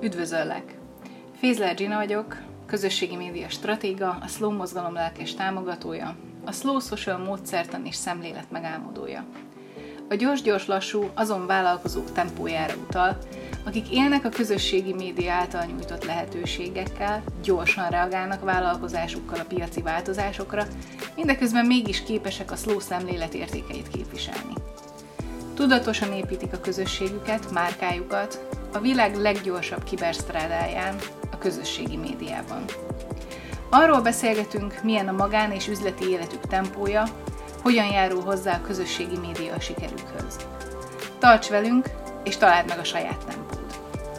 Üdvözöllek! Fézler Gina vagyok, közösségi média stratéga, a Slow mozgalom lelkes támogatója, a Slow Social módszertan és szemlélet megálmodója. A gyors-gyors-lassú azon vállalkozók tempójára utal, akik élnek a közösségi média által nyújtott lehetőségekkel, gyorsan reagálnak vállalkozásukkal a piaci változásokra, mindeközben mégis képesek a slow szemlélet értékeit képviselni. Tudatosan építik a közösségüket, márkájukat a világ leggyorsabb kibersztrádáján, a közösségi médiában. Arról beszélgetünk, milyen a magán és üzleti életük tempója, hogyan járul hozzá a közösségi média a sikerükhöz. Tarts velünk, és találd meg a saját tempód.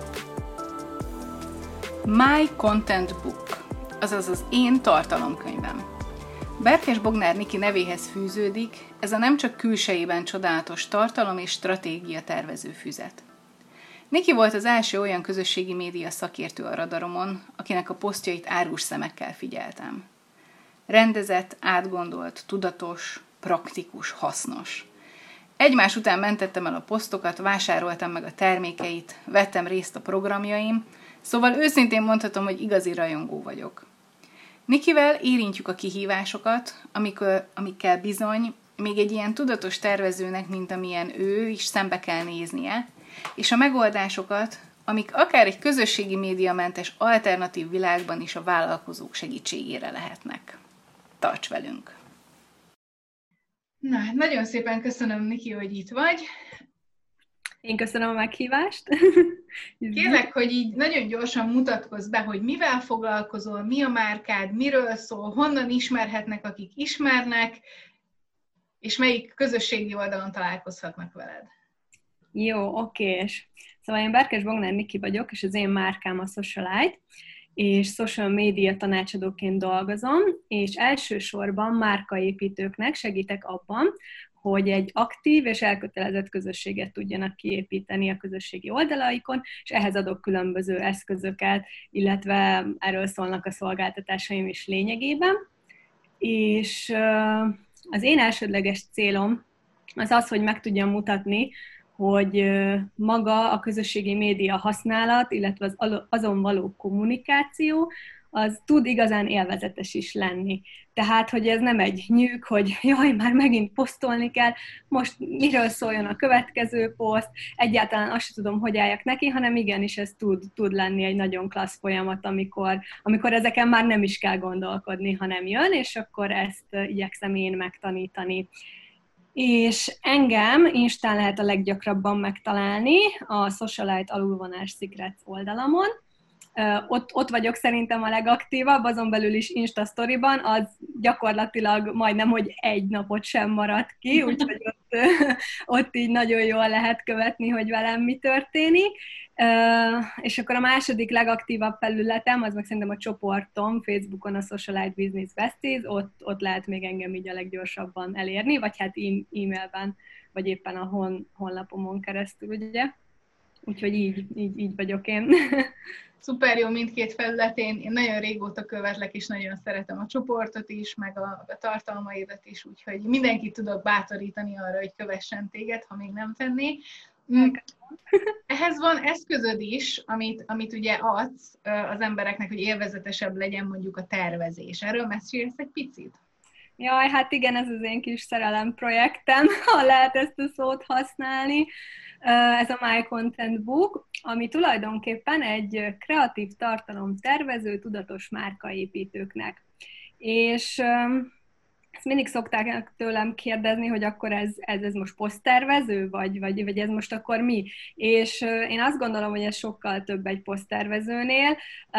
My Content Book, azaz az én tartalomkönyvem. Berkes Bognár Niki nevéhez fűződik, ez a nem csak külsejében csodálatos tartalom és stratégia tervező füzet. Niki volt az első olyan közösségi média szakértő a radaromon, akinek a posztjait árgus szemekkel figyeltem. Rendezett, átgondolt, tudatos, praktikus, hasznos. Egymás után mentettem el a posztokat, vásároltam meg a termékeit, vettem részt a programjaim, szóval őszintén mondhatom, hogy igazi rajongó vagyok. Nikivel érintjük a kihívásokat, amikkel bizony még egy ilyen tudatos tervezőnek, mint amilyen ő is szembe kell néznie, és a megoldásokat, amik akár egy közösségi médiamentes alternatív világban is a vállalkozók segítségére lehetnek. Tarts velünk! Na, nagyon szépen köszönöm, Niki, hogy itt vagy. Én köszönöm a meghívást. Kérlek, hogy így nagyon gyorsan mutatkozz be, hogy mivel foglalkozol, mi a márkád, miről szól, honnan ismerhetnek, akik ismernek, és melyik közösségi oldalon találkozhatnak veled. Jó, oké. Szóval én Berkes Bognár Niki vagyok, és az én márkám a Socialite, és social media tanácsadóként dolgozom, és elsősorban márkaépítőknek segítek abban, hogy egy aktív és elkötelezett közösséget tudjanak kiépíteni a közösségi oldalaikon, és ehhez adok különböző eszközöket, illetve erről szólnak a szolgáltatásaim is lényegében. És az én elsődleges célom az az, hogy meg tudjam mutatni, hogy maga a közösségi média használat, illetve az azon való kommunikáció, az tud igazán élvezetes is lenni. Tehát, hogy ez nem egy nyűg, hogy jaj, már megint posztolni kell, most miről szóljon a következő poszt, egyáltalán azt sem tudom, hogy álljak neki, hanem igenis ez tud lenni egy nagyon klassz folyamat, amikor ezeken már nem is kell gondolkodni, hanem jön, és akkor ezt igyekszem én megtanítani. És engem Instán lehet a leggyakrabban megtalálni a Socialite _Secrets oldalamon. Ott vagyok szerintem a legaktívabb, azon belül is Insta Storyban, az gyakorlatilag majdnem, hogy egy napot sem maradt ki, úgyhogy ott így nagyon jól lehet követni, hogy velem mi történik. És akkor a második legaktívabb felületem, az meg szerintem a csoportom, Facebookon a Socialite Business Besties, ott lehet még engem így a leggyorsabban elérni, vagy hát e-mailben, vagy éppen a honlapomon keresztül, ugye? Úgyhogy így vagyok én. Szuper jó mindkét felületén. Én nagyon régóta követlek, és nagyon szeretem a csoportot is, meg a tartalmaidat is, úgyhogy mindenkit tudok bátorítani arra, hogy kövessen téged, ha még nem tenné. Ehhez van eszközöd is, amit ugye adsz az embereknek, hogy élvezetesebb legyen mondjuk a tervezés. Erről mesélsz egy picit? Jaj, hát igen, ez az én kis szerelem projektem, ha lehet ezt a szót használni. Ez a My Content Book, ami tulajdonképpen egy kreatív tartalom tervező, tudatos márkaépítőknek. És ezt mindig szokták tőlem kérdezni, hogy akkor ez most poszttervező, vagy ez most akkor mi? És én azt gondolom, hogy ez sokkal több egy poszttervezőnél.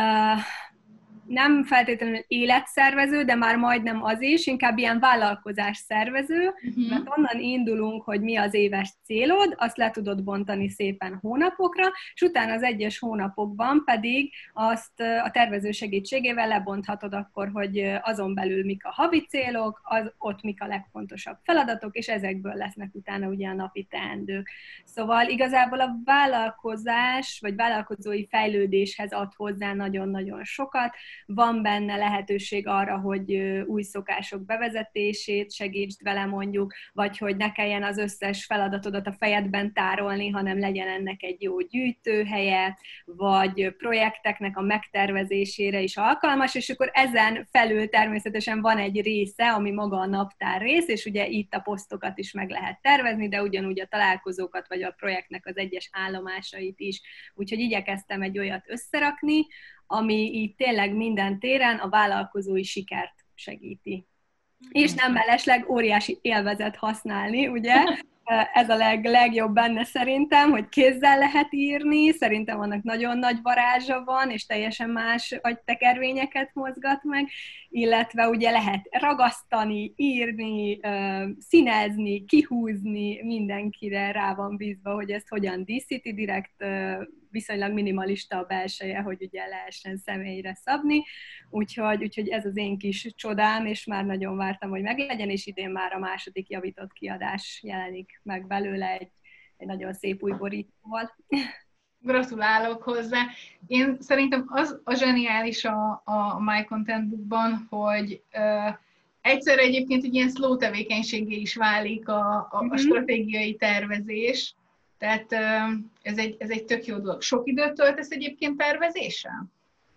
Nem feltétlenül életszervező, de már majdnem az is, inkább ilyen vállalkozás szervező, mert onnan indulunk, hogy mi az éves célod, azt le tudod bontani szépen hónapokra, és utána az egyes hónapokban pedig azt a tervező segítségével lebonthatod akkor, hogy azon belül mik a havi célok, ott mik a legfontosabb feladatok, és ezekből lesznek utána ugye a napi teendők. Szóval igazából a vállalkozás, vagy vállalkozói fejlődéshez ad hozzá nagyon-nagyon sokat, van benne lehetőség arra, hogy új szokások bevezetését segítsd vele mondjuk, vagy hogy ne kelljen az összes feladatodat a fejedben tárolni, hanem legyen ennek egy jó gyűjtőhelye, vagy projekteknek a megtervezésére is alkalmas, és akkor ezen felül természetesen van egy része, ami maga a naptár rész, és ugye itt a posztokat is meg lehet tervezni, de ugyanúgy a találkozókat, vagy a projektnek az egyes állomásait is. Úgyhogy igyekeztem egy olyat összerakni, ami így tényleg minden téren a vállalkozói sikert segíti. És nem mellesleg óriási élvezet használni, ugye? Ez a legjobb benne szerintem, hogy kézzel lehet írni, szerintem annak nagyon nagy varázsa van, és teljesen más agytekervényeket mozgat meg, illetve ugye lehet ragasztani, írni, színezni, kihúzni, mindenkire rá van bízva, hogy ezt hogyan díszíti, direkt viszonylag minimalista a belseje, hogy ugye lehessen személyre szabni, úgyhogy ez az én kis csodám, és már nagyon vártam, hogy meglegyen, és idén már a második javított kiadás jelenik meg belőle egy nagyon szép új borítóval. Gratulálok hozzá. Én szerintem az a zseniális a My Content Bookban, hogy egyszerre egyébként egy ilyen slow tevékenységé is válik a stratégiai tervezés. Tehát ez egy tök jó dolog. Sok időt töltesz egyébként tervezéssel?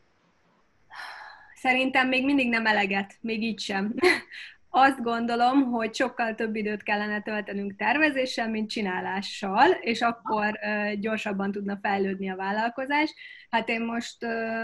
Szerintem még mindig nem eleget, még így sem. Azt gondolom, hogy sokkal több időt kellene töltenünk tervezéssel, mint csinálással, és akkor gyorsabban tudna fejlődni a vállalkozás. Hát én most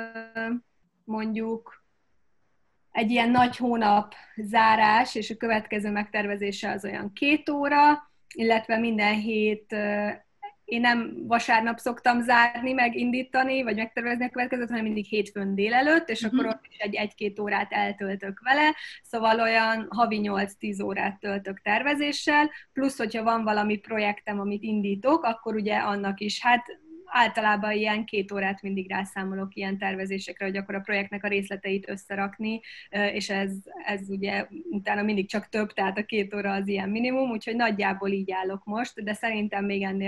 mondjuk egy ilyen nagy hónap zárás, és a következő megtervezése az olyan 2 óra, illetve minden hét én nem vasárnap szoktam zárni, megindítani, vagy megtervezni a következőt, hanem mindig hétfőn délelőtt, és akkor ott is egy 1-2 órát eltöltök vele, szóval olyan havi 8-10 órát töltök tervezéssel, plusz, hogyha van valami projektem, amit indítok, akkor ugye annak is, hát általában ilyen 2 órát mindig rászámolok ilyen tervezésekre, hogy akkor a projektnek a részleteit összerakni, és ez ugye utána mindig csak több, tehát a 2 óra az ilyen minimum, úgyhogy nagyjából így állok most, de szerintem még ennél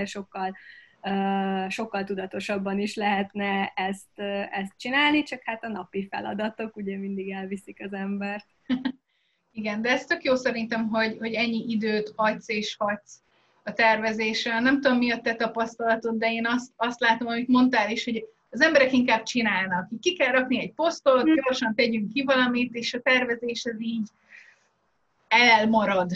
sokkal tudatosabban is lehetne ezt csinálni, csak hát a napi feladatok ugye mindig elviszik az embert. Igen, de ez tök jó szerintem, hogy ennyi időt adsz és hagysz a tervezésre. Nem tudom, mi a te tapasztalatod, de én azt látom, amit mondtál is, hogy az emberek inkább csinálnak. Ki kell rakni egy posztot, gyorsan tegyünk ki valamit, és a tervezés az így elmarad.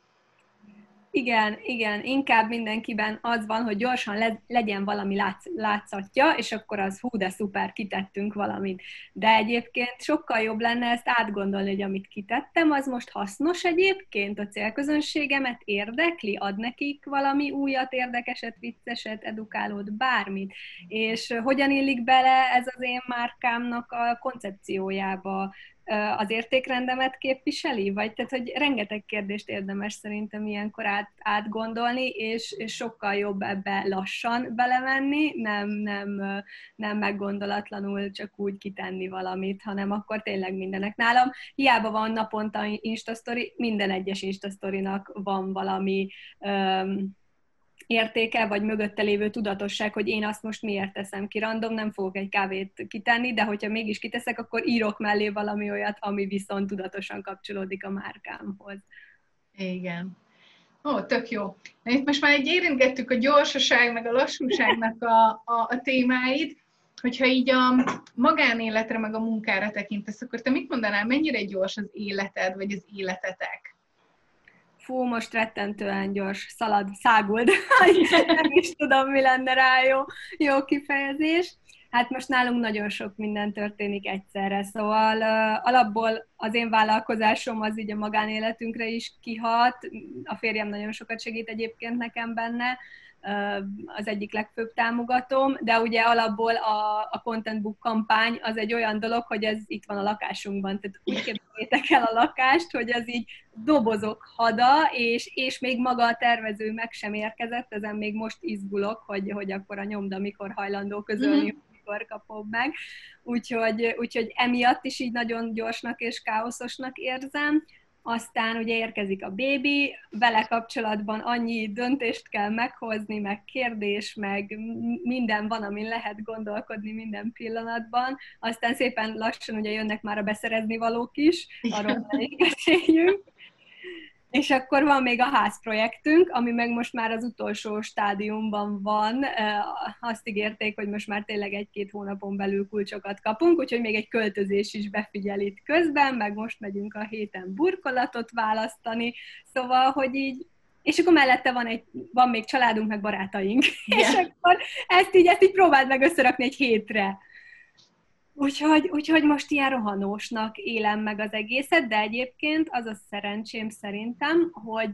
Igen, inkább mindenkiben az van, hogy gyorsan legyen valami látszatja, és akkor az hú, de szuper, kitettünk valamit. De egyébként sokkal jobb lenne ezt átgondolni, hogy amit kitettem, az most hasznos egyébként, a célközönségemet érdekli, ad nekik valami újat, érdekeset, vicceset, edukálót, bármit. És hogyan illik bele ez az én márkámnak a koncepciójába, az értékrendemet képviseli? Vagy tehát, hogy rengeteg kérdést érdemes szerintem ilyenkor átgondolni, és sokkal jobb ebbe lassan belemenni, nem meggondolatlanul csak úgy kitenni valamit, hanem akkor tényleg mindenek. Nálam hiába van naponta Instastory, minden egyes Instastorynak van valami értéke, vagy mögötte lévő tudatosság, hogy én azt most miért teszem ki random, nem fogok egy kávét kitenni, de hogyha mégis kiteszek, akkor írok mellé valami olyat, ami viszont tudatosan kapcsolódik a márkámhoz. Igen. Ó, tök jó. Itt most már érintgettük a gyorsaság, meg a lassúságnak a témáit, hogyha így a magánéletre, meg a munkára tekintesz, akkor te mit mondanál, mennyire gyors az életed, vagy az életetek? Fú, most rettentően gyors, száguld, nem is tudom, mi lenne rá jó kifejezés. Hát most nálunk nagyon sok minden történik egyszerre, szóval alapból az én vállalkozásom az így a magánéletünkre is kihat, a férjem nagyon sokat segít egyébként nekem benne, az egyik legfőbb támogatóm, de ugye alapból a Content Book kampány az egy olyan dolog, hogy ez itt van a lakásunkban, tehát úgy képzeljétek el a lakást, hogy az így dobozok hada, és még maga a tervező meg sem érkezett, ezen még most izgulok, hogy akkor a nyomda mikor hajlandó közölni, mikor kapom meg. Úgyhogy emiatt is így nagyon gyorsnak és káoszosnak érzem. aztán ugye érkezik a bébi, vele kapcsolatban annyi döntést kell meghozni, meg kérdés, meg minden van, amin lehet gondolkodni minden pillanatban, aztán szépen lassan ugye jönnek már a beszerezni valók is, arról elég beszéljünk. És akkor van még a házprojektünk, ami meg most már az utolsó stádiumban van. Azt ígérték, hogy most már tényleg 1-2 hónapon belül kulcsokat kapunk, úgyhogy még egy költözés is befigyel itt közben, meg most megyünk a héten burkolatot választani, szóval, hogy így, és akkor mellette van még családunk, meg barátaink. Yeah. És akkor ezt így próbáld meg összerakni egy hétre. Úgyhogy most ilyen rohanósnak élem meg az egészet, de egyébként az a szerencsém szerintem,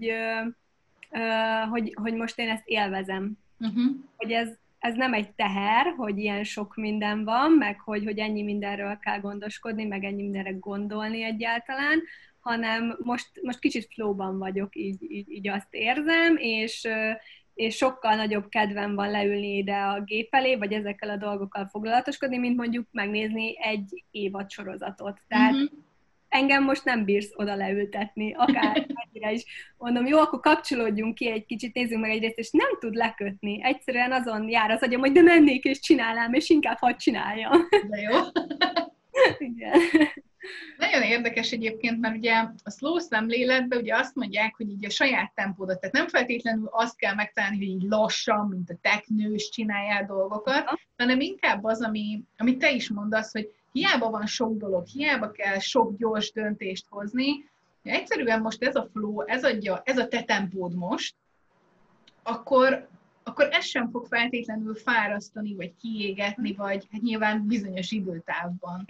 hogy most én ezt élvezem. Hogy ez nem egy teher, hogy ilyen sok minden van, meg hogy ennyi mindenről kell gondoskodni, meg ennyi mindenre gondolni egyáltalán, hanem most kicsit flowban vagyok, így azt érzem, és sokkal nagyobb kedvem van leülni ide a gép elé, vagy ezekkel a dolgokkal foglalatoskodni, mint mondjuk megnézni egy évad sorozatot. Tehát engem most nem bírsz oda leültetni, akár mennyire is. Mondom, jó, akkor kapcsolódjunk ki egy kicsit, nézzünk meg egyrészt, és nem tud lekötni. Egyszerűen azon jár az agyam, hogy de mennék és csinálnám, és inkább hadd csináljam. De jó. Igen. Nagyon érdekes egyébként, mert ugye a slow szemléletben ugye azt mondják, hogy így a saját tempódat, tehát nem feltétlenül azt kell megtalálni, hogy így lassan, mint a teknős csináljál dolgokat, hanem inkább az, amit te is mondasz, hogy hiába van sok dolog, hiába kell sok gyors döntést hozni, egyszerűen most ez a flow, ez a te tempód most, akkor ez sem fog feltétlenül fárasztani, vagy kiégetni, vagy hát nyilván bizonyos időtávban.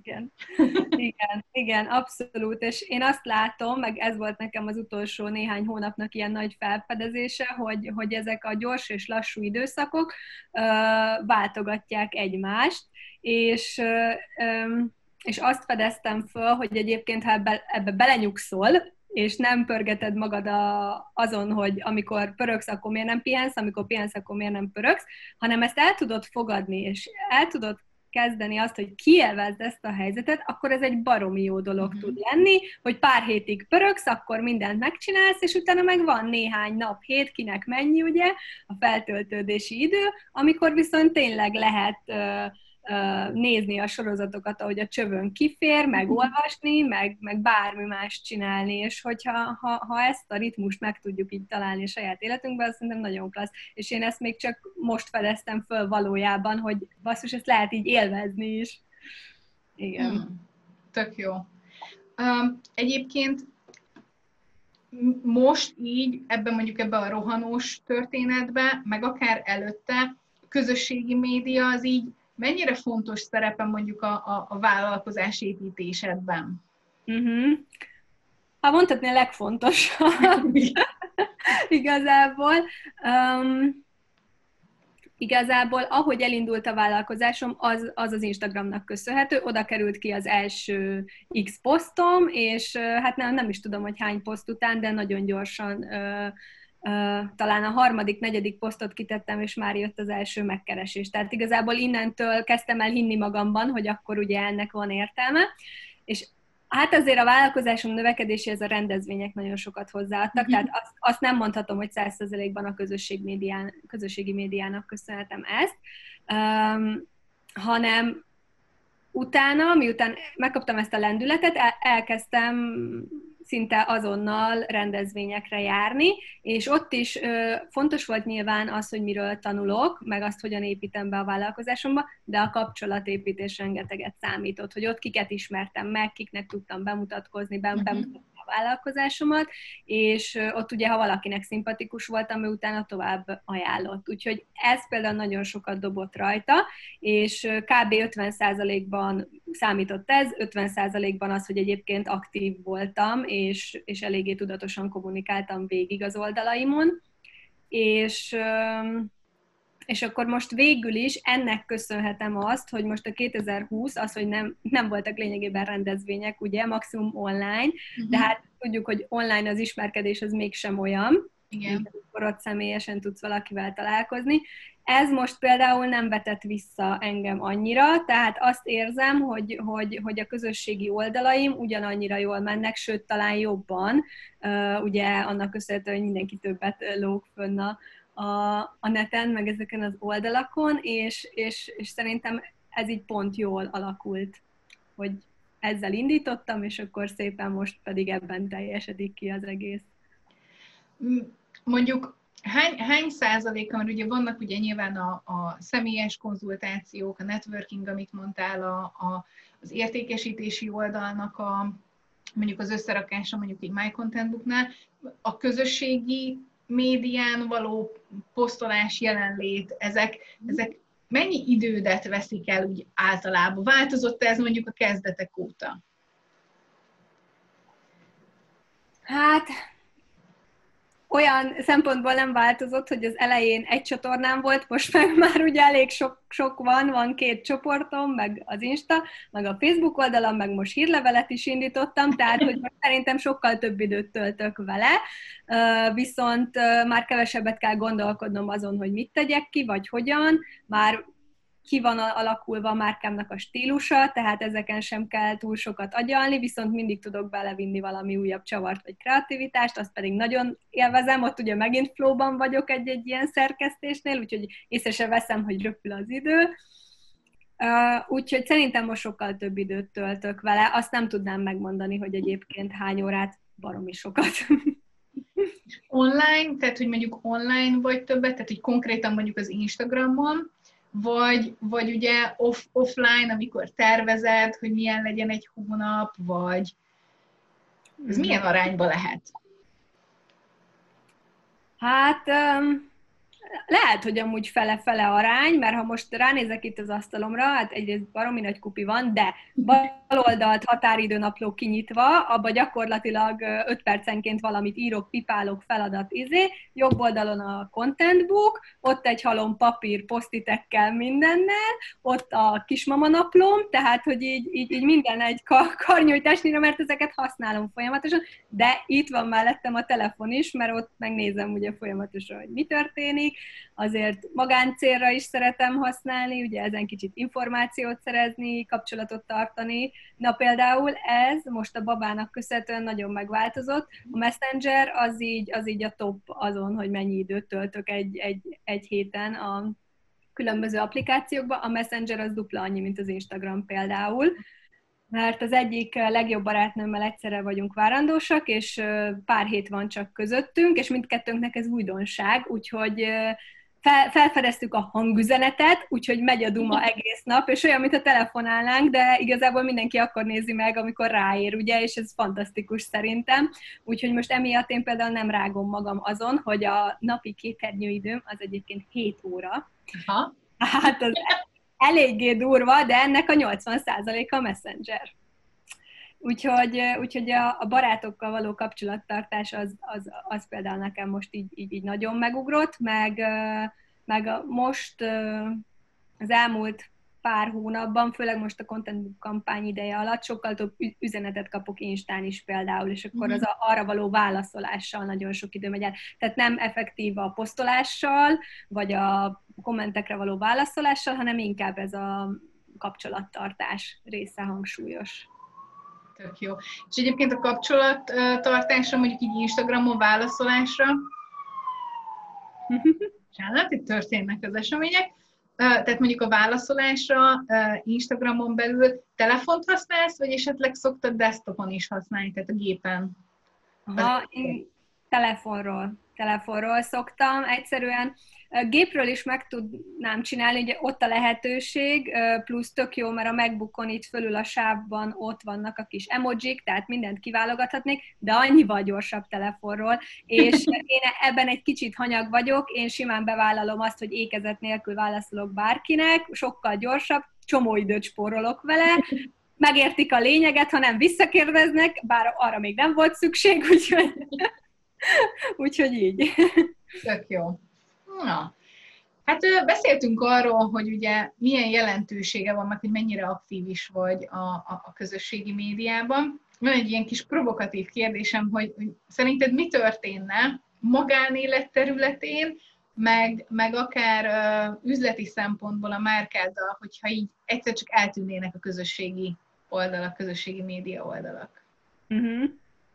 Igen, abszolút. És én azt látom, meg ez volt nekem az utolsó néhány hónapnak ilyen nagy felfedezése, hogy ezek a gyors és lassú időszakok váltogatják egymást, és azt fedeztem föl, hogy egyébként, ha ebbe belenyugszol, és nem pörgeted magad azon, hogy amikor pörögsz, akkor miért nem pihensz, amikor pihensz, akkor miért nem pörögsz, hanem ezt el tudod fogadni, és el tudod kezdeni azt, hogy kielvezd ezt a helyzetet, akkor ez egy baromi jó dolog tud lenni, hogy pár hétig pörögsz, akkor mindent megcsinálsz, és utána meg van néhány nap, hét, kinek mennyi, ugye, a feltöltődési idő, amikor viszont tényleg lehet nézni a sorozatokat, ahogy a csövön kifér, meg olvasni, meg bármi más csinálni, és hogyha ezt a ritmust meg tudjuk így találni a saját életünkben, azt szerintem nagyon klassz. És én ezt még csak most fedeztem föl valójában, hogy basszus, ezt lehet így élvezni is. Igen. Tök jó. Egyébként most így, ebben a rohanós történetben, meg akár előtte, közösségi média az így mennyire fontos szerepe mondjuk a vállalkozás építésedben? Hát mondhatni a legfontosabb. Igazából, ahogy elindult a vállalkozásom, az Instagramnak köszönhető. Oda került ki az első X posztom, és hát nem is tudom, hogy hány poszt után, de nagyon gyorsan talán a 3., 4. posztot kitettem, és már jött az első megkeresés. Tehát igazából innentől kezdtem el hinni magamban, hogy akkor ugye ennek van értelme, és hát azért a vállalkozásom növekedéséhez a rendezvények nagyon sokat hozzáadtak, tehát azt nem mondhatom, hogy 100%-ban a közösségi médiának köszönhetem ezt, hanem utána, miután megkaptam ezt a lendületet, elkezdtem szinte azonnal rendezvényekre járni, és ott is fontos volt nyilván az, hogy miről tanulok, meg azt, hogyan építem be a vállalkozásomba, de a kapcsolatépítés rengeteget számított, hogy ott kiket ismertem meg, kiknek tudtam bemutatkozni, bemutatni a vállalkozásomat, és ott ugye, ha valakinek szimpatikus voltam, ő utána tovább ajánlott. Úgyhogy ez például nagyon sokat dobott rajta, és kb. 50%-ban számított ez, 50%-ban az, hogy egyébként aktív voltam, és eléggé tudatosan kommunikáltam végig az oldalaimon, és akkor most végül is ennek köszönhetem azt, hogy most a 2020 az, hogy nem voltak lényegében rendezvények, ugye, maximum online, de hát tudjuk, hogy online az ismerkedés az mégsem olyan, Igen. amikor ott személyesen tudsz valakivel találkozni. Ez most például nem vetett vissza engem annyira, tehát azt érzem, hogy a közösségi oldalaim ugyanannyira jól mennek, sőt, talán jobban, ugye annak köszönhetően, hogy mindenki többet lóg fönn a neten, meg ezeken az oldalakon, és szerintem ez így pont jól alakult, hogy ezzel indítottam, és akkor szépen most pedig ebben teljesedik ki az egész. Mondjuk hány százaléka, mert ugye vannak ugye nyilván a személyes konzultációk, a networking, amit mondtál, az értékesítési oldalnak mondjuk az összerakása mondjuk egy My Content Booknál, a közösségi médián való posztolás, jelenlét, ezek mennyi idődet veszik el úgy általában? Változott ez mondjuk a kezdetek óta? Hát olyan szempontból nem változott, hogy az elején egy csatornám volt, most meg már ugye elég sok van 2 csoportom, meg az Insta, meg a Facebook oldalam, meg most hírlevelet is indítottam, tehát hogy most szerintem sokkal több időt töltök vele, viszont már kevesebbet kell gondolkodnom azon, hogy mit tegyek ki, vagy hogyan, már ki van alakulva a márkámnak a stílusa, tehát ezeken sem kell túl sokat agyalni, viszont mindig tudok belevinni valami újabb csavart vagy kreativitást, azt pedig nagyon élvezem, ott ugye megint flowban vagyok egy ilyen szerkesztésnél, úgyhogy észre sem veszem, hogy röpül az idő. Úgyhogy szerintem most sokkal több időt töltök vele, azt nem tudnám megmondani, hogy egyébként hány órát, baromi sokat. Online, tehát hogy mondjuk online vagy többet, tehát hogy konkrétan mondjuk az Instagramon, vagy ugye offline, amikor tervezed, hogy milyen legyen egy hónap, vagy ez milyen arányban lehet? Hát lehet, hogy amúgy fele-fele arány, mert ha most ránézek itt az asztalomra, hát egyrészt baromi nagy kupi van, de bal oldalt határidőnapló kinyitva, abba gyakorlatilag 5 percenként valamit írok, pipálok, feladat, jobb oldalon a content book, ott egy halom papír, posztitekkel, mindennel, ott a kismama naplóm, tehát, hogy így minden egy karnyújtásnyira, mert ezeket használom folyamatosan, de itt van mellettem a telefon is, mert ott megnézem ugye folyamatosan, hogy mi történik, azért magáncélra is szeretem használni, ugye ezen kicsit információt szerezni, kapcsolatot tartani. Na például ez most a babának köszönhetően nagyon megváltozott. A Messenger az így a top azon, hogy mennyi időt töltök egy héten a különböző applikációkban. A Messenger az dupla annyi, mint az Instagram például, mert az egyik legjobb barátnőmmel egyszerre vagyunk várandósak, és pár hét van csak közöttünk, és mindkettőnknek ez újdonság, úgyhogy felfedeztük a hangüzenetet, úgyhogy megy a duma egész nap, és olyan, mint a telefonálnánk, de igazából mindenki akkor nézi meg, amikor ráér, ugye, és ez fantasztikus szerintem. Úgyhogy most emiatt én például nem rágom magam azon, hogy a napi képernyőidőm az egyébként 7 óra. Aha. Hát az eléggé durva, de ennek a 80%-a a Messenger. Úgyhogy a barátokkal való kapcsolattartás az például nekem most így nagyon megugrott, meg most az elmúlt pár hónapban, főleg most a Content Book kampány ideje alatt sokkal több üzenetet kapok Instán is például, és akkor az arra való válaszolással nagyon sok idő megy el. Tehát nem effektív a posztolással, vagy a kommentekre való válaszolással, hanem inkább ez a kapcsolattartás része hangsúlyos. Tök jó. És egyébként a kapcsolattartásra, mondjuk így Instagramon válaszolásra, bocsánat, itt történnek az események, tehát mondjuk a válaszolásra Instagramon belül telefont használsz, vagy esetleg szoktad desktopon is használni, tehát a gépen? Aha, én telefonról szoktam, egyszerűen gépről is meg tudnám csinálni, ugye ott a lehetőség, plusz tök jó, mert a MacBookon itt fölül a sávban ott vannak a kis emojik, tehát mindent kiválogathatnék, de annyival gyorsabb telefonról, és én ebben egy kicsit hanyag vagyok, én simán bevállalom azt, hogy ékezet nélkül válaszolok bárkinek, sokkal gyorsabb, csomó időt spórolok vele, megértik a lényeget, ha nem visszakérdeznek, bár arra még nem volt szükség, úgyhogy így. Tök jó. Na, hát beszéltünk arról, hogy ugye milyen jelentősége van, meg hogy mennyire aktív is vagy a közösségi médiában. Van egy ilyen kis provokatív kérdésem, hogy szerinted mi történne, magánélet területén, meg akár üzleti szempontból a márkáddal, hogyha így egyszer csak eltűnnének a közösségi oldalak, közösségi média oldalak? Uh-huh.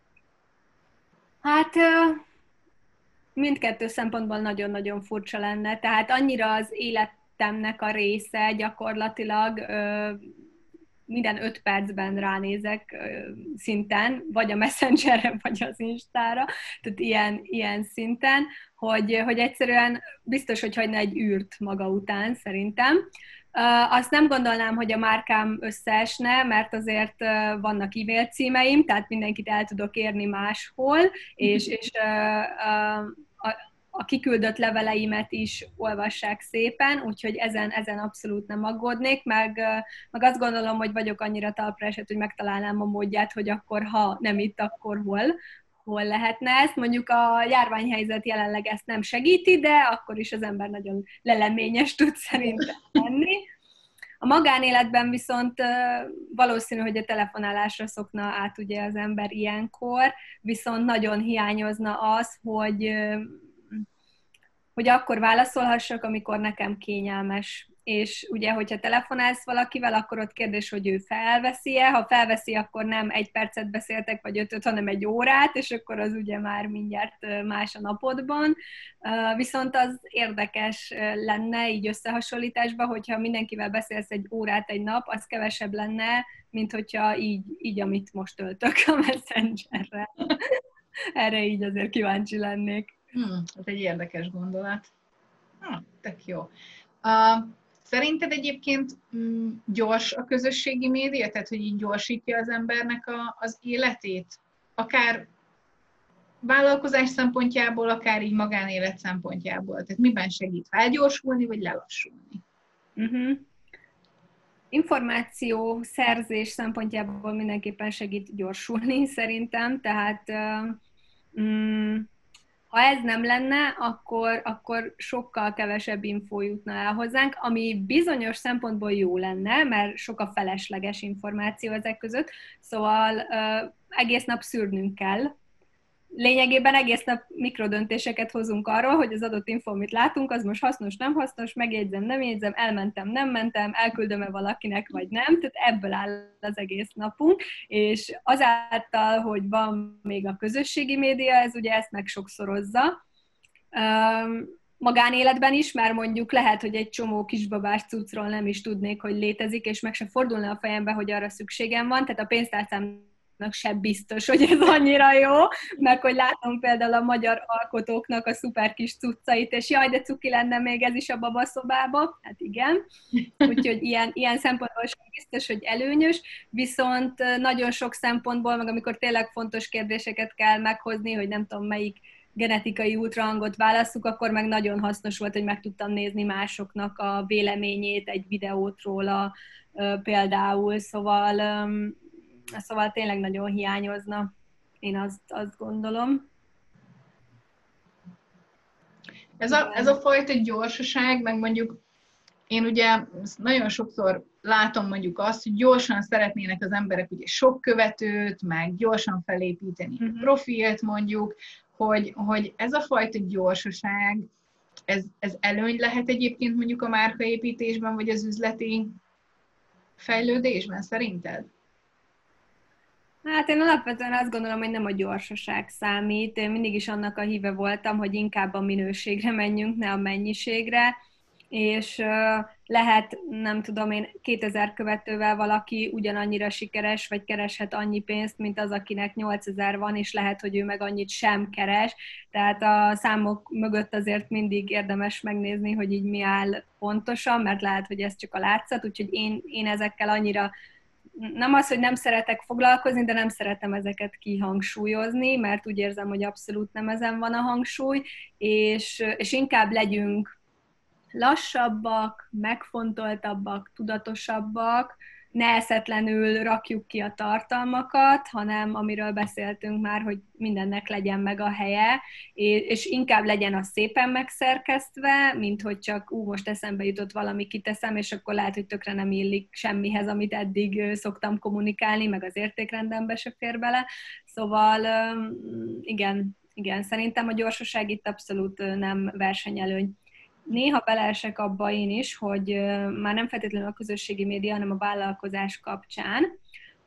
Hát mindkettő szempontból nagyon-nagyon furcsa lenne. Tehát annyira az életemnek a része gyakorlatilag minden 5 percben ránézek szinten, vagy a Messengerre, vagy az Instára, tehát ilyen szinten, hogy egyszerűen biztos, hogy hagyna egy űrt maga után, szerintem. Azt nem gondolnám, hogy a márkám összeesne, mert azért vannak e-mail címeim, tehát mindenkit el tudok érni máshol, és a kiküldött leveleimet is olvassák szépen, úgyhogy ezen abszolút nem aggódnék, meg azt gondolom, hogy vagyok annyira talpra esett, hogy megtalálnám a módját, hogy akkor, ha nem itt, akkor hol lehetne ezt. Mondjuk a járványhelyzet jelenleg ezt nem segíti, de akkor is az ember nagyon leleményes tud szerintem lenni. A magánéletben viszont valószínű, hogy a telefonálásra szokna át ugye az ember ilyenkor, viszont nagyon hiányozna az, hogy akkor válaszolhassak, amikor nekem kényelmes. És ugye, hogyha telefonálsz valakivel, akkor ott kérdés, hogy ő felveszi-e. Ha felveszi, akkor nem 1 percet beszéltek, vagy 5-öt, hanem 1 órát, és akkor az ugye már mindjárt más a napodban. Viszont az érdekes lenne így összehasonlításban, hogyha mindenkivel beszélsz 1 órát egy nap, az kevesebb lenne, mint hogyha így amit most töltök a Messengerre. Erre így azért kíváncsi lennék. Ez egy érdekes gondolat. Tök jó. Szerinted egyébként gyors a közösségi média? Tehát, hogy így gyorsítja az embernek az életét? Akár vállalkozás szempontjából, akár így magánélet szempontjából. Tehát miben segít felgyorsulni, vagy lelassulni? Uh-huh. Információ szerzés szempontjából mindenképpen segít gyorsulni, szerintem. Tehát ha ez nem lenne, akkor sokkal kevesebb infó jutna el hozzánk, ami bizonyos szempontból jó lenne, mert sok a felesleges információ ezek között, szóval egész nap szűrnünk kell. Lényegében egész nap mikrodöntéseket hozunk arról, hogy az adott info, amit látunk, az most hasznos, nem hasznos, megjegyzem, nem jegyzem, elmentem, nem mentem, elküldöm-e valakinek, vagy nem, tehát ebből áll az egész napunk, és azáltal, hogy van még a közösségi média, ez ugye ezt meg sokszorozza. Magánéletben is, mert mondjuk lehet, hogy egy csomó kisbabás cuccról nem is tudnék, hogy létezik, és meg se fordulna a fejembe, hogy arra szükségem van, tehát a pénztárcám sem biztos, hogy ez annyira jó, meg hogy látom például a magyar alkotóknak a szuper kis cuccait, és jaj, de cuki lenne még ez is a babaszobába, hát igen, úgyhogy ilyen szempontból sem biztos, hogy előnyös, viszont nagyon sok szempontból, meg amikor tényleg fontos kérdéseket kell meghozni, hogy nem tudom melyik genetikai ultrahangot válasszuk, akkor meg nagyon hasznos volt, hogy meg tudtam nézni másoknak a véleményét, egy videót róla például, szóval tényleg nagyon hiányozna, én azt gondolom. Ez a fajta gyorsaság, meg mondjuk én ugye nagyon sokszor látom mondjuk azt, hogy gyorsan szeretnének az emberek ugye sok követőt, meg gyorsan felépíteni profilt mondjuk, hogy ez a fajta gyorsaság, ez előny lehet egyébként mondjuk a márkaépítésben, vagy az üzleti fejlődésben szerinted? Hát én alapvetően azt gondolom, hogy nem a gyorsaság számít. Én mindig is annak a híve voltam, hogy inkább a minőségre menjünk, ne a mennyiségre, és lehet, nem tudom én, 2000 követővel valaki ugyanannyira sikeres, vagy kereshet annyi pénzt, mint az, akinek 8000 van, és lehet, hogy ő meg annyit sem keres. Tehát a számok mögött azért mindig érdemes megnézni, hogy így mi áll pontosan, mert lehet, hogy ez csak a látszat, úgyhogy én ezekkel annyira nem az, hogy nem szeretek foglalkozni, de nem szeretem ezeket kihangsúlyozni, mert úgy érzem, hogy abszolút nem ezen van a hangsúly, és inkább legyünk lassabbak, megfontoltabbak, tudatosabbak, ne eszetlenül rakjuk ki a tartalmakat, hanem amiről beszéltünk már, hogy mindennek legyen meg a helye, és inkább legyen az szépen megszerkesztve, mint hogy csak most eszembe jutott valami, kiteszem, és akkor lehet, hogy tökre nem illik semmihez, amit eddig szoktam kommunikálni, meg az értékrendembe se fér bele. Szóval igen, Igen, szerintem a gyorsaság itt abszolút nem versenyelőny. Néha beleesek abba én is, hogy már nem feltétlenül a közösségi média, hanem a vállalkozás kapcsán,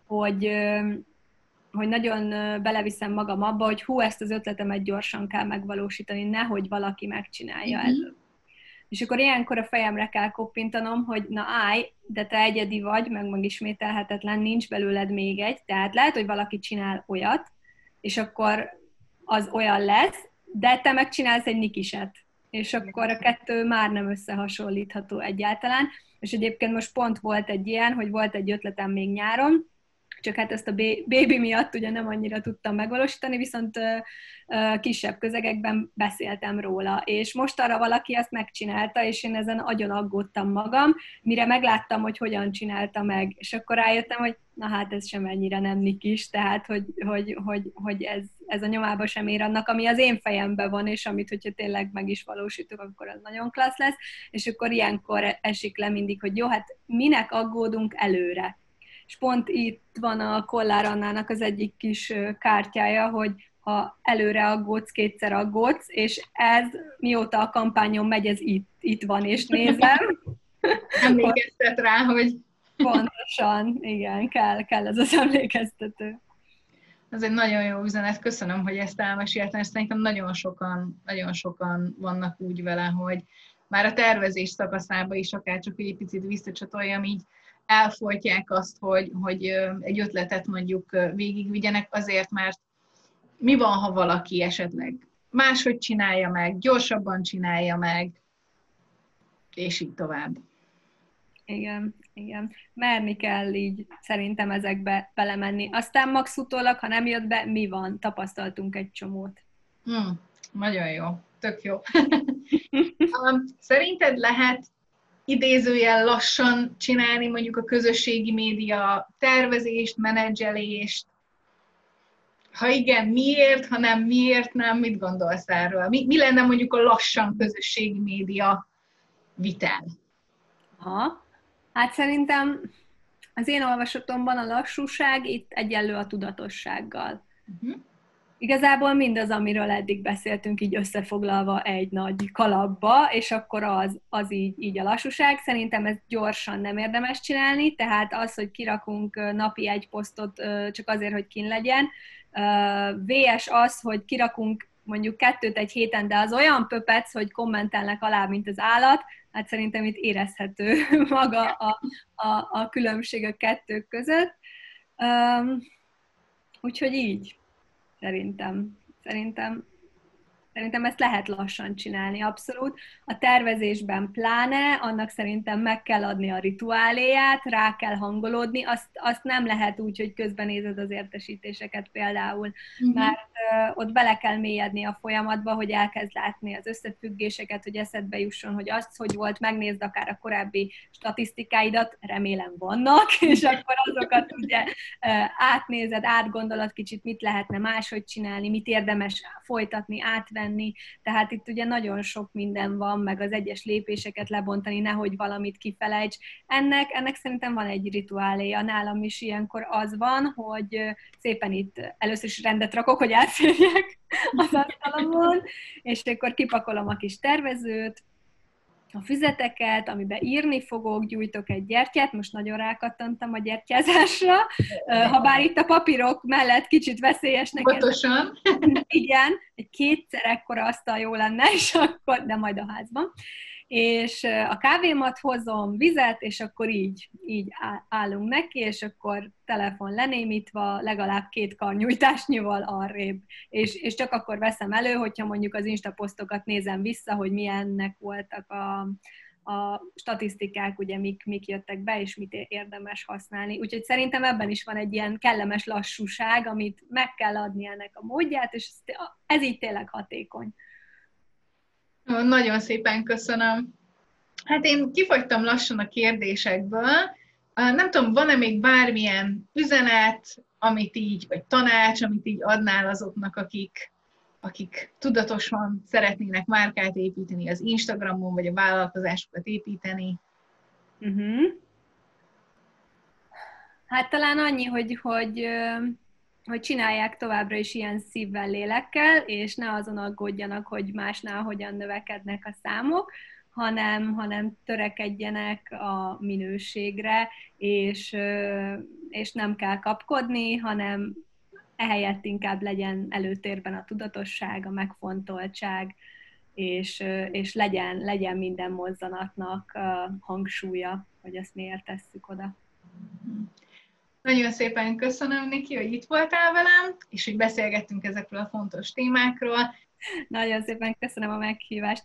hogy nagyon beleviszem magam abba, hogy ezt az ötletemet gyorsan kell megvalósítani, nehogy valaki megcsinálja előbb. És akkor ilyenkor a fejemre kell koppintanom, hogy na állj, de te egyedi vagy, meg megismételhetetlen, nincs belőled még egy, tehát lehet, hogy valaki csinál olyat, és akkor az olyan lesz, de te megcsinálsz egy Nikiset, és akkor a kettő már nem összehasonlítható egyáltalán. És egyébként most pont volt egy ilyen, hogy volt egy ötletem még nyáron, csak hát ezt a baby miatt ugye nem annyira tudtam megvalósítani, viszont kisebb közegekben beszéltem róla, és most arra valaki azt megcsinálta, és én ezen agyon aggódtam magam, mire megláttam, hogy hogyan csinálta meg, és akkor rájöttem, hogy na hát ez sem ennyire nem Nikis, tehát hogy ez a nyomába sem ér annak, ami az én fejemben van, és amit, hogyha tényleg meg is valósítok, akkor az nagyon klassz lesz, és akkor ilyenkor esik le mindig, hogy jó, hát minek aggódunk előre. És pont itt van a Kollár Annának az egyik kis kártyája, hogy ha előre aggódsz, kétszer aggódsz, és ez mióta a kampányon megy, ez itt van, és nézem. Emlékeztet rá, hogy... Pontosan, igen, kell ez az emlékeztető. Ez egy nagyon jó üzenet, köszönöm, hogy ezt elmeséltem, és szerintem nagyon sokan vannak úgy vele, hogy már a tervezés szakaszában is akár csak egy picit visszacsatoljam, így elfolytják azt, hogy egy ötletet mondjuk végigvigyenek azért, mert mi van, ha valaki esetleg máshogy csinálja meg, gyorsabban csinálja meg, és így tovább. Igen. Merni kell így szerintem ezekbe belemenni. Aztán max utólag, ha nem jött be, mi van? Tapasztaltunk egy csomót. Nagyon jó, tök jó. Szerinted lehet idézőjel lassan csinálni mondjuk a közösségi média tervezést, menedzselést? Ha igen, miért, ha nem, miért nem, mit gondolsz erről? Mi lenne mondjuk a lassan közösségi média vitel? Hát szerintem az én olvasatomban a lassúság itt egyenlő a tudatossággal. Igazából mindaz, amiről eddig beszéltünk, így összefoglalva egy nagy kalapba, és akkor az így a lassúság. Szerintem ezt gyorsan nem érdemes csinálni, tehát az, hogy kirakunk napi egy posztot csak azért, hogy kin legyen, VS az, hogy kirakunk mondjuk 2 egy héten, de az olyan pöpec, hogy kommentelnek alá, mint az állat, hát szerintem itt érezhető maga a különbség a kettő között. Úgyhogy így. Szerintem ezt lehet lassan csinálni, abszolút. A tervezésben pláne, annak szerintem meg kell adni a rituáléját, rá kell hangolódni, azt nem lehet úgy, hogy közben nézed az értesítéseket például, mert ott bele kell mélyedni a folyamatba, hogy elkezd látni az összefüggéseket, hogy eszedbe jusson, hogy hogy volt, megnézd akár a korábbi statisztikáidat, remélem vannak, és akkor azokat ugye átnézed, átgondolod kicsit, mit lehetne máshogy csinálni, mit érdemes folytatni, átvenni, tehát itt ugye nagyon sok minden van, meg az egyes lépéseket lebontani, nehogy valamit kifelejts. Ennek szerintem van egy rituáléja. Nálam is ilyenkor az van, hogy szépen itt először is rendet rakok, hogy átférjek az asztalomon, és akkor kipakolom a kis tervezőt, a füzeteket, amiben írni fogok, gyújtok egy gyertyát, most nagyon rákattantam a gyertyázásra, habár itt a papírok mellett kicsit veszélyesnek. Pontosan. Igen, egy 2-szer ekkora asztal jó lenne, és akkor, de majd a házban. És a kávémat hozom, vizet, és akkor így állunk neki, és akkor telefon lenémítva, legalább 2 karnyújtásnyival arrébb. És csak akkor veszem elő, hogyha mondjuk az Insta posztokat nézem vissza, hogy milyennek voltak a statisztikák, ugye mik jöttek be, és mit érdemes használni. Úgyhogy szerintem ebben is van egy ilyen kellemes lassúság, amit meg kell adni ennek a módját, és ez így tényleg hatékony. Nagyon szépen köszönöm. Hát én kifogytam lassan a kérdésekből. Nem tudom, van-e még bármilyen üzenet, amit így, vagy tanács, amit így adnál azoknak, akik tudatosan szeretnének márkát építeni az Instagramon, vagy a vállalkozásukat építeni? Hát talán annyi, hogy hogy csinálják továbbra is ilyen szívvel, lélekkel, és ne azon aggódjanak, hogy másnál hogyan növekednek a számok, hanem törekedjenek a minőségre, és nem kell kapkodni, hanem ehelyett inkább legyen előtérben a tudatosság, a megfontoltság, és legyen minden mozzanatnak hangsúlya, hogy ezt miért tesszük oda. Nagyon szépen köszönöm, Niki, hogy itt voltál velem, és hogy beszélgettünk ezekről a fontos témákról. Nagyon szépen köszönöm a meghívást.